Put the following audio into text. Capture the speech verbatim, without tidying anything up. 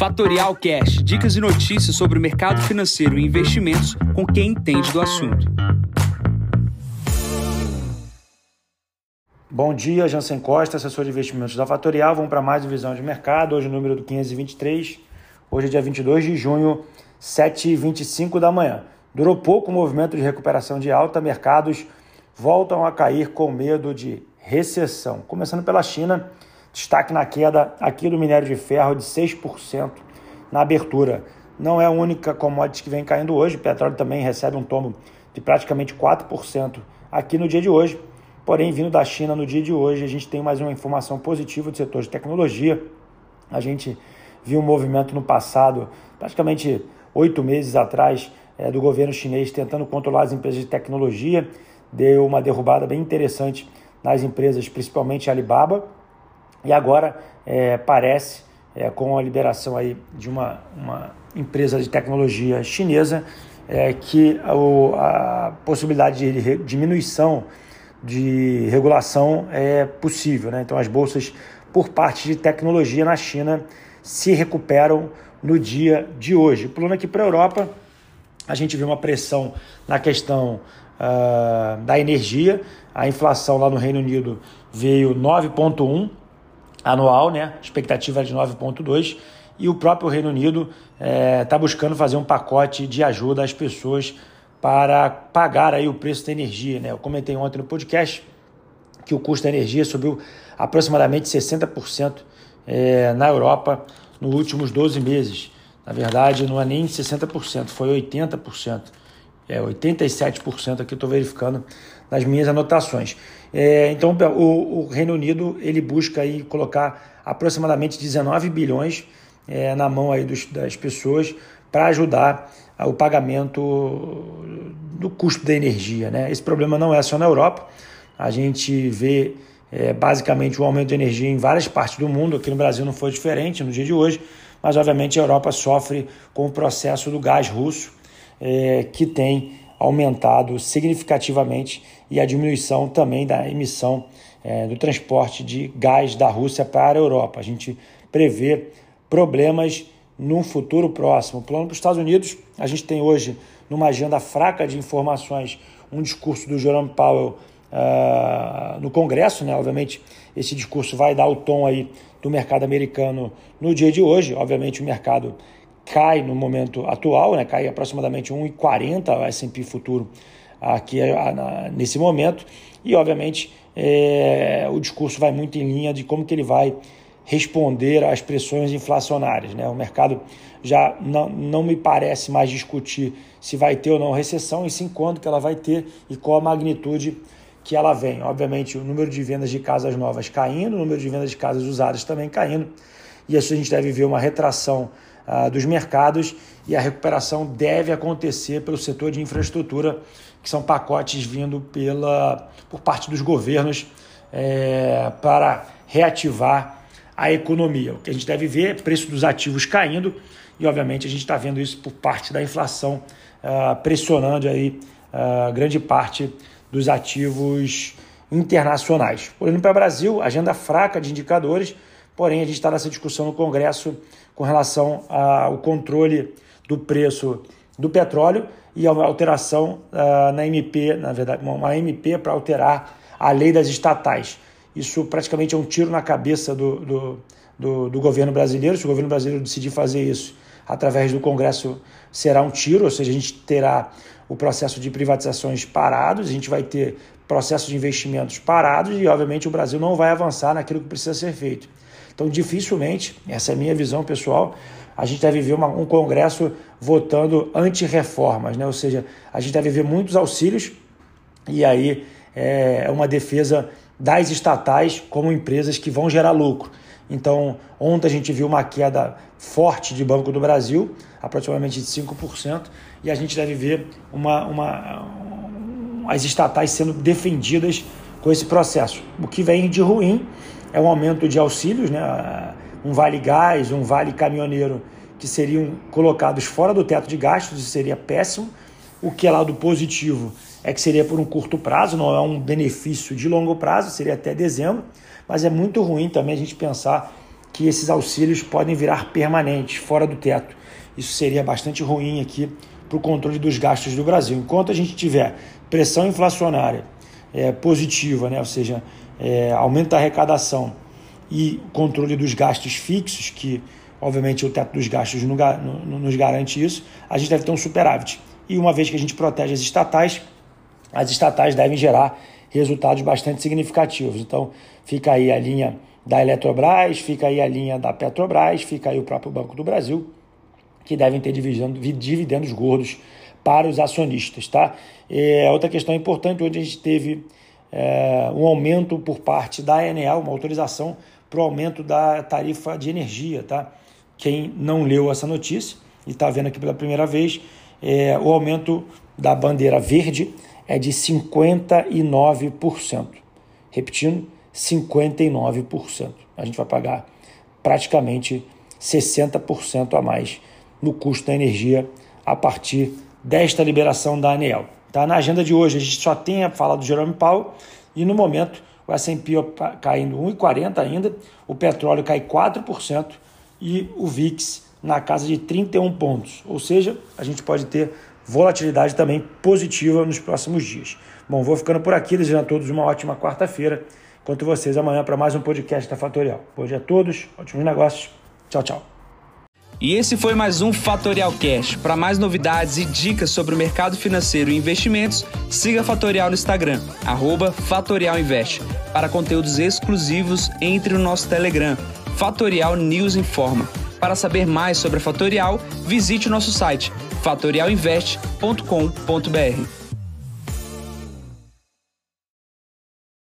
Fatorial Cash, dicas e notícias sobre o mercado financeiro e investimentos com quem entende do assunto. Bom dia, Jansen Costa, assessor de investimentos da Fatorial. Vamos para mais uma visão de mercado. Hoje o número do quinhentos e vinte e três. Hoje é dia vinte e dois de junho, sete e vinte e cinco da manhã. Durou pouco o movimento de recuperação de alta. Mercados voltam a cair com medo de recessão. Começando pela China, destaque na queda aqui do minério de ferro de seis por cento na abertura. Não é a única commodity que vem caindo hoje. O petróleo também recebe um tombo de praticamente quatro por cento aqui no dia de hoje. Porém, vindo da China no dia de hoje, a gente tem mais uma informação positiva do setor de tecnologia. A gente viu um movimento no passado, praticamente oito meses atrás, é, do governo chinês tentando controlar as empresas de tecnologia. Deu uma derrubada bem interessante nas empresas, principalmente a Alibaba. E agora é, parece, é, com a liberação aí de uma, uma empresa de tecnologia chinesa, é, que a, a possibilidade de re, diminuição de regulação é possível, né? Então as bolsas por parte de tecnologia na China se recuperam no dia de hoje. Pulando aqui para a Europa, a gente viu uma pressão na questão uh, da energia. A inflação lá no Reino Unido veio nove vírgula um anual, né? Expectativa de nove vírgula dois, e o próprio Reino Unido está é, buscando fazer um pacote de ajuda às pessoas para pagar aí o preço da energia, né? Eu comentei ontem no podcast que o custo da energia subiu aproximadamente sessenta por cento é, na Europa nos últimos doze meses. Na verdade, não é nem sessenta por cento, foi oitenta por cento. É oitenta e sete por cento aqui, estou verificando nas minhas anotações. É, então, o, o Reino Unido ele busca aí colocar aproximadamente dezenove bilhões é, na mão aí dos, das pessoas para ajudar o pagamento do custo da energia, né? Esse problema não é só na Europa. A gente vê é, basicamente um aumento de energia em várias partes do mundo. Aqui no Brasil não foi diferente no dia de hoje, mas obviamente a Europa sofre com o processo do gás russo, é, que tem aumentado significativamente, e a diminuição também da emissão é, do transporte de gás da Rússia para a Europa. A gente prevê problemas num futuro próximo. Plano para os Estados Unidos, a gente tem hoje, numa agenda fraca de informações, um discurso do Jerome Powell uh, no Congresso, né? Obviamente, esse discurso vai dar o tom aí do mercado americano no dia de hoje. Obviamente, o mercado cai no momento atual, né? Cai aproximadamente um vírgula quarenta o S and P futuro aqui nesse momento, e obviamente é, o discurso vai muito em linha de como que ele vai responder às pressões inflacionárias, né? O mercado já não, não me parece mais discutir se vai ter ou não recessão, e sim quando que ela vai ter e qual a magnitude que ela vem. Obviamente, o número de vendas de casas novas caindo, o número de vendas de casas usadas também caindo, e isso a gente deve ver uma retração uh, dos mercados, e a recuperação deve acontecer pelo setor de infraestrutura, que são pacotes vindo pela, por parte dos governos é, para reativar a economia. O que a gente deve ver é o preço dos ativos caindo, e obviamente a gente está vendo isso por parte da inflação, uh, pressionando aí uh, grande parte dos ativos internacionais. Olhando para o Brasil, agenda fraca de indicadores, porém a gente está nessa discussão no Congresso com relação ao controle do preço do petróleo e a alteração uh, na M P, na verdade, uma M P para alterar a lei das estatais. Isso praticamente é um tiro na cabeça do, do, do, do governo brasileiro. Se o governo brasileiro decidir fazer isso através do Congresso, será um tiro, ou seja, a gente terá o processo de privatizações parados, a gente vai ter processo de investimentos parados, e obviamente o Brasil não vai avançar naquilo que precisa ser feito. Então, dificilmente, essa é a minha visão pessoal, a gente deve ver uma, um Congresso votando anti-reformas, né? Ou seja, a gente deve ver muitos auxílios, e aí é uma defesa das estatais como empresas que vão gerar lucro. Então, ontem a gente viu uma queda forte de Banco do Brasil, aproximadamente de cinco por cento, e a gente deve ver uma, uma, as estatais sendo defendidas com esse processo. O que vem de ruim é um aumento de auxílios, né? Um vale gás, um vale caminhoneiro, que seriam colocados fora do teto de gastos, isso seria péssimo. O que é lado positivo é que seria por um curto prazo, não é um benefício de longo prazo, seria até dezembro, mas é muito ruim também a gente pensar que esses auxílios podem virar permanentes, fora do teto. Isso seria bastante ruim aqui para o controle dos gastos do Brasil. Enquanto a gente tiver pressão inflacionária é, positiva, né? Ou seja, é, aumento da arrecadação e controle dos gastos fixos, que obviamente o teto dos gastos no, no, nos garante isso, a gente deve ter um superávit. E uma vez que a gente protege as estatais, as estatais devem gerar resultados bastante significativos. Então fica aí a linha da Eletrobras, fica aí a linha da Petrobras, fica aí o próprio Banco do Brasil, que devem ter dividendos gordos para os acionistas. Tá? É, outra questão importante, onde a gente teve é, um aumento por parte da ANEEL, uma autorização para o aumento da tarifa de energia. Tá? Quem não leu essa notícia e está vendo aqui pela primeira vez, é, o aumento da bandeira verde é de cinquenta e nove por cento. Repetindo, cinquenta e nove por cento. A gente vai pagar praticamente sessenta por cento a mais no custo da energia a partir desta liberação da ANEEL. Tá? Na agenda de hoje a gente só tem a fala do Jerome Powell e no momento o S and P caindo um vírgula quarenta ainda, o petróleo cai quatro por cento e o V I X na casa de trinta e um pontos. Ou seja, a gente pode ter volatilidade também positiva nos próximos dias. Bom, vou ficando por aqui, desejando a todos uma ótima quarta-feira. Encontro vocês amanhã para mais um podcast da Fatorial. Bom dia a todos, ótimos negócios. Tchau, tchau. E esse foi mais um Fatorial Cash. Para mais novidades e dicas sobre o mercado financeiro e investimentos, siga a Fatorial no Instagram, arroba Fatorial Invest. Para conteúdos exclusivos, entre no nosso Telegram, Fatorial News Informa. Para saber mais sobre a Fatorial, visite o nosso site fatorial invest ponto com ponto b r.